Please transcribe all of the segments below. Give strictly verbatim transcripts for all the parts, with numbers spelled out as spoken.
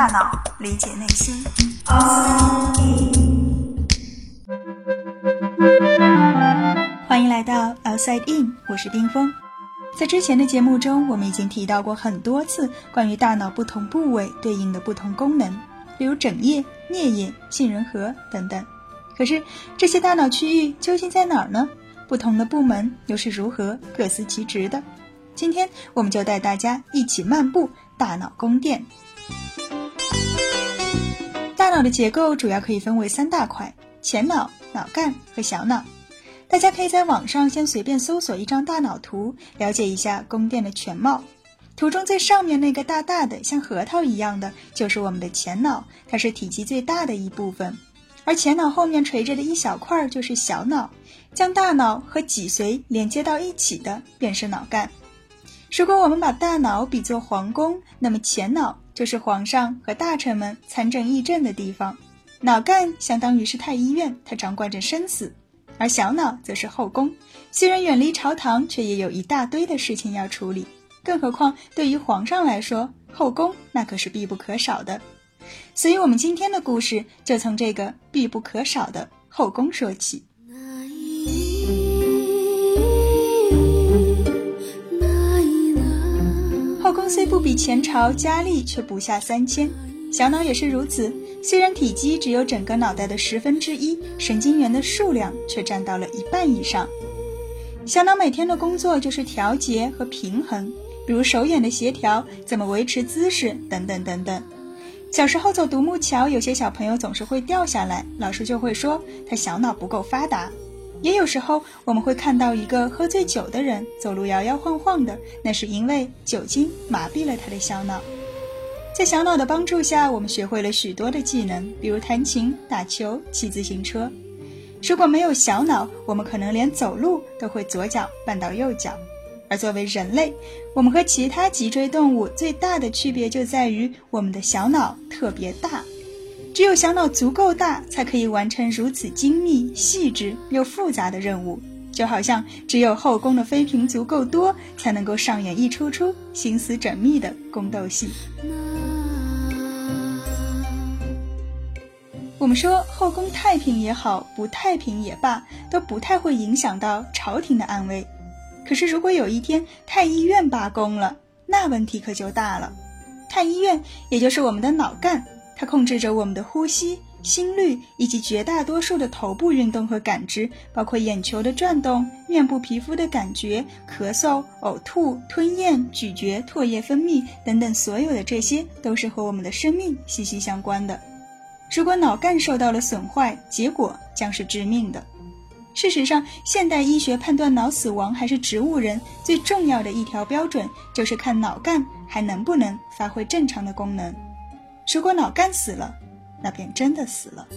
大脑，理解内心。欢迎来到 Outside In， 我是冰峰。在之前的节目中，我们已经提到过很多次关于大脑不同部位对应的不同功能，比如枕叶、颞叶、杏仁核等等。可是这些大脑区域究竟在哪儿呢？不同的部门又是如何各司其职的？今天我们就带大家一起漫步大脑宫殿。大脑的结构主要可以分为三大块：前脑、脑干和小脑。大家可以在网上先随便搜索一张大脑图，了解一下宫殿的全貌。图中最上面那个大大的像核桃一样的就是我们的前脑，它是体积最大的一部分。而前脑后面垂着的一小块就是小脑，将大脑和脊髓连接到一起的便是脑干。如果我们把大脑比作皇宫，那么前脑就是皇上和大臣们参政议政的地方，脑干相当于是太医院，它掌管着生死，而小脑则是后宫，虽然远离朝堂，却也有一大堆的事情要处理。更何况对于皇上来说，后宫那可是必不可少的。所以我们今天的故事就从这个必不可少的后宫说起。后宫虽不比前朝佳丽，却不下三千。小脑也是如此，虽然体积只有整个脑袋的十分之一，神经元的数量却占到了一半以上。小脑每天的工作就是调节和平衡，比如手眼的协调，怎么维持姿势等等等等。小时候走独木桥，有些小朋友总是会掉下来，老师就会说他小脑不够发达。也有时候我们会看到一个喝醉酒的人走路摇摇晃晃的，那是因为酒精麻痹了他的小脑。在小脑的帮助下，我们学会了许多的技能，比如弹琴、打球、骑自行车。如果没有小脑，我们可能连走路都会左脚绊到右脚。而作为人类，我们和其他脊椎动物最大的区别就在于我们的小脑特别大。只有小脑足够大，才可以完成如此精密、细致又复杂的任务，就好像只有后宫的妃嫔足够多，才能够上演一出出心思缜密的宫斗戏。我们说后宫太平也好，不太平也罢，都不太会影响到朝廷的安危。可是如果有一天太医院罢工了，那问题可就大了。太医院也就是我们的脑干，它控制着我们的呼吸、心率以及绝大多数的头部运动和感知，包括眼球的转动、面部皮肤的感觉、咳嗽、呕吐、吞咽、咀嚼、唾液分泌等等，所有的这些都是和我们的生命息息相关的。如果脑干受到了损坏，结果将是致命的。事实上，现代医学判断脑死亡还是植物人最重要的一条标准，就是看脑干还能不能发挥正常的功能。如果脑干死了，那便真的死了。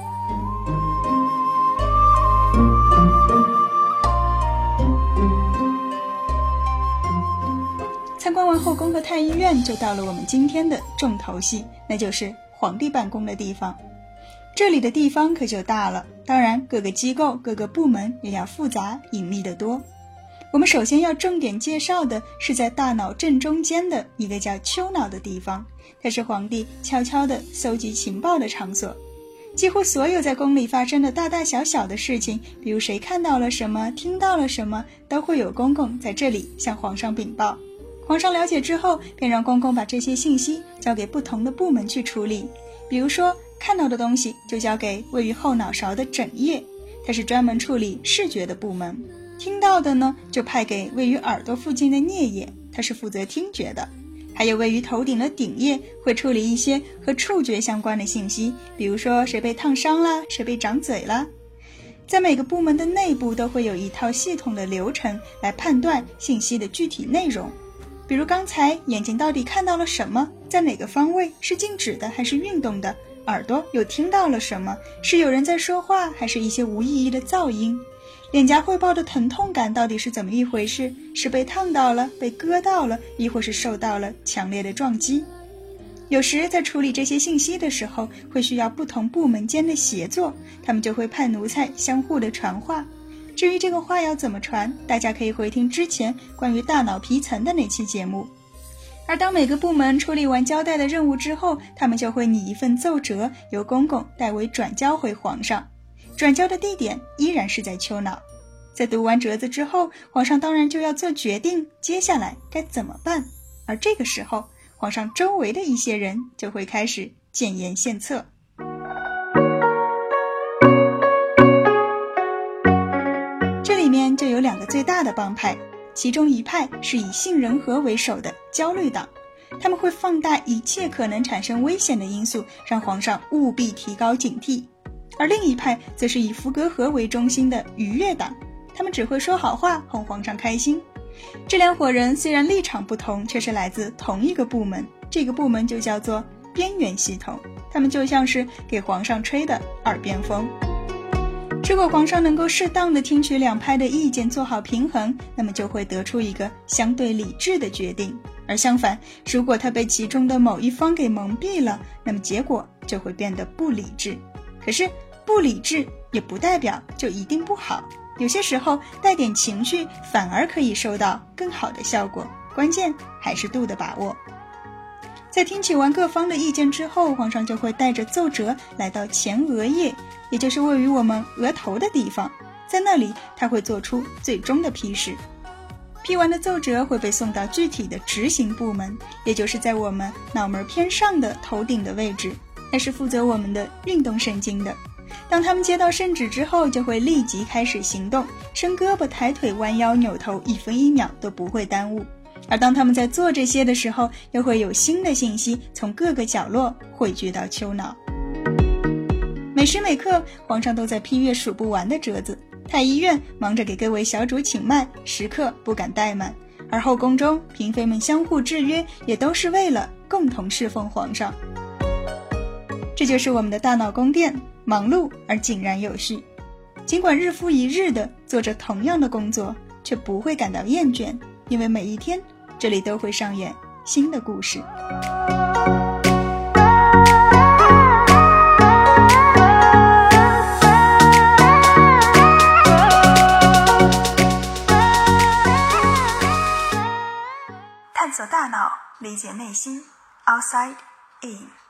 参观完后宫和太医院，就到了我们今天的重头戏，那就是皇帝办公的地方。这里的地方可就大了，当然各个机构各个部门也要复杂隐秘得多。我们首先要重点介绍的是在大脑正中间的一个叫丘脑的地方，它是皇帝悄悄地搜集情报的场所。几乎所有在宫里发生的大大小小的事情，比如谁看到了什么，听到了什么，都会有公公在这里向皇上禀报。皇上了解之后，便让公公把这些信息交给不同的部门去处理。比如说看到的东西就交给位于后脑勺的枕叶，它是专门处理视觉的部门。听到的呢，就派给位于耳朵附近的颞叶，它是负责听觉的。还有位于头顶的顶叶，会处理一些和触觉相关的信息，比如说谁被烫伤了，谁被长嘴了。在每个部门的内部都会有一套系统的流程来判断信息的具体内容。比如刚才眼睛到底看到了什么，在哪个方位，是静止的还是运动的，耳朵又听到了什么，是有人在说话还是一些无意义的噪音，脸颊汇报的疼痛感到底是怎么一回事，是被烫到了，被割到了，亦或是受到了强烈的撞击。有时在处理这些信息的时候，会需要不同部门间的协作，他们就会派奴才相互的传话。至于这个话要怎么传，大家可以回听之前关于大脑皮层的那期节目。 而当每个部门处理完交代的任务之后，他们就会拟一份奏折，由公公代为转交回皇上。转交的地点依然是在丘脑。在读完折子之后，皇上当然就要做决定，接下来该怎么办。而这个时候，皇上周围的一些人就会开始建言献策。这里面就有两个最大的帮派，其中一派是以杏仁核为首的焦虑党，他们会放大一切可能产生危险的因素，让皇上务必提高警惕。而另一派则是以福格核为中心的愉悦党，他们只会说好话，哄皇上开心。这两伙人虽然立场不同，却是来自同一个部门，这个部门就叫做边缘系统，他们就像是给皇上吹的耳边风。如果皇上能够适当的听取两派的意见，做好平衡，那么就会得出一个相对理智的决定。而相反，如果他被其中的某一方给蒙蔽了，那么结果就会变得不理智。可是不理智也不代表就一定不好，有些时候带点情绪反而可以收到更好的效果，关键还是度的把握。在听取完各方的意见之后，皇上就会带着奏折来到前额叶，也就是位于我们额头的地方，在那里他会做出最终的批示。批完的奏折会被送到具体的执行部门，也就是在我们脑门偏上的头顶的位置，那是负责我们的运动神经的。当他们接到圣旨之后，就会立即开始行动，伸胳膊抬腿弯腰扭头，一分一秒都不会耽误。而当他们在做这些的时候，又会有新的信息从各个角落汇聚到丘脑。每时每刻，皇上都在批阅数不完的折子，太医院忙着给各位小主请脉，时刻不敢怠慢，而后宫中嫔妃们相互制约，也都是为了共同侍奉皇上。这就是我们的大脑宫殿，忙碌而井然有序。尽管日复一日地做着同样的工作，却不会感到厌倦，因为每一天这里都会上演新的故事。探索大脑，理解内心 ，Outside In。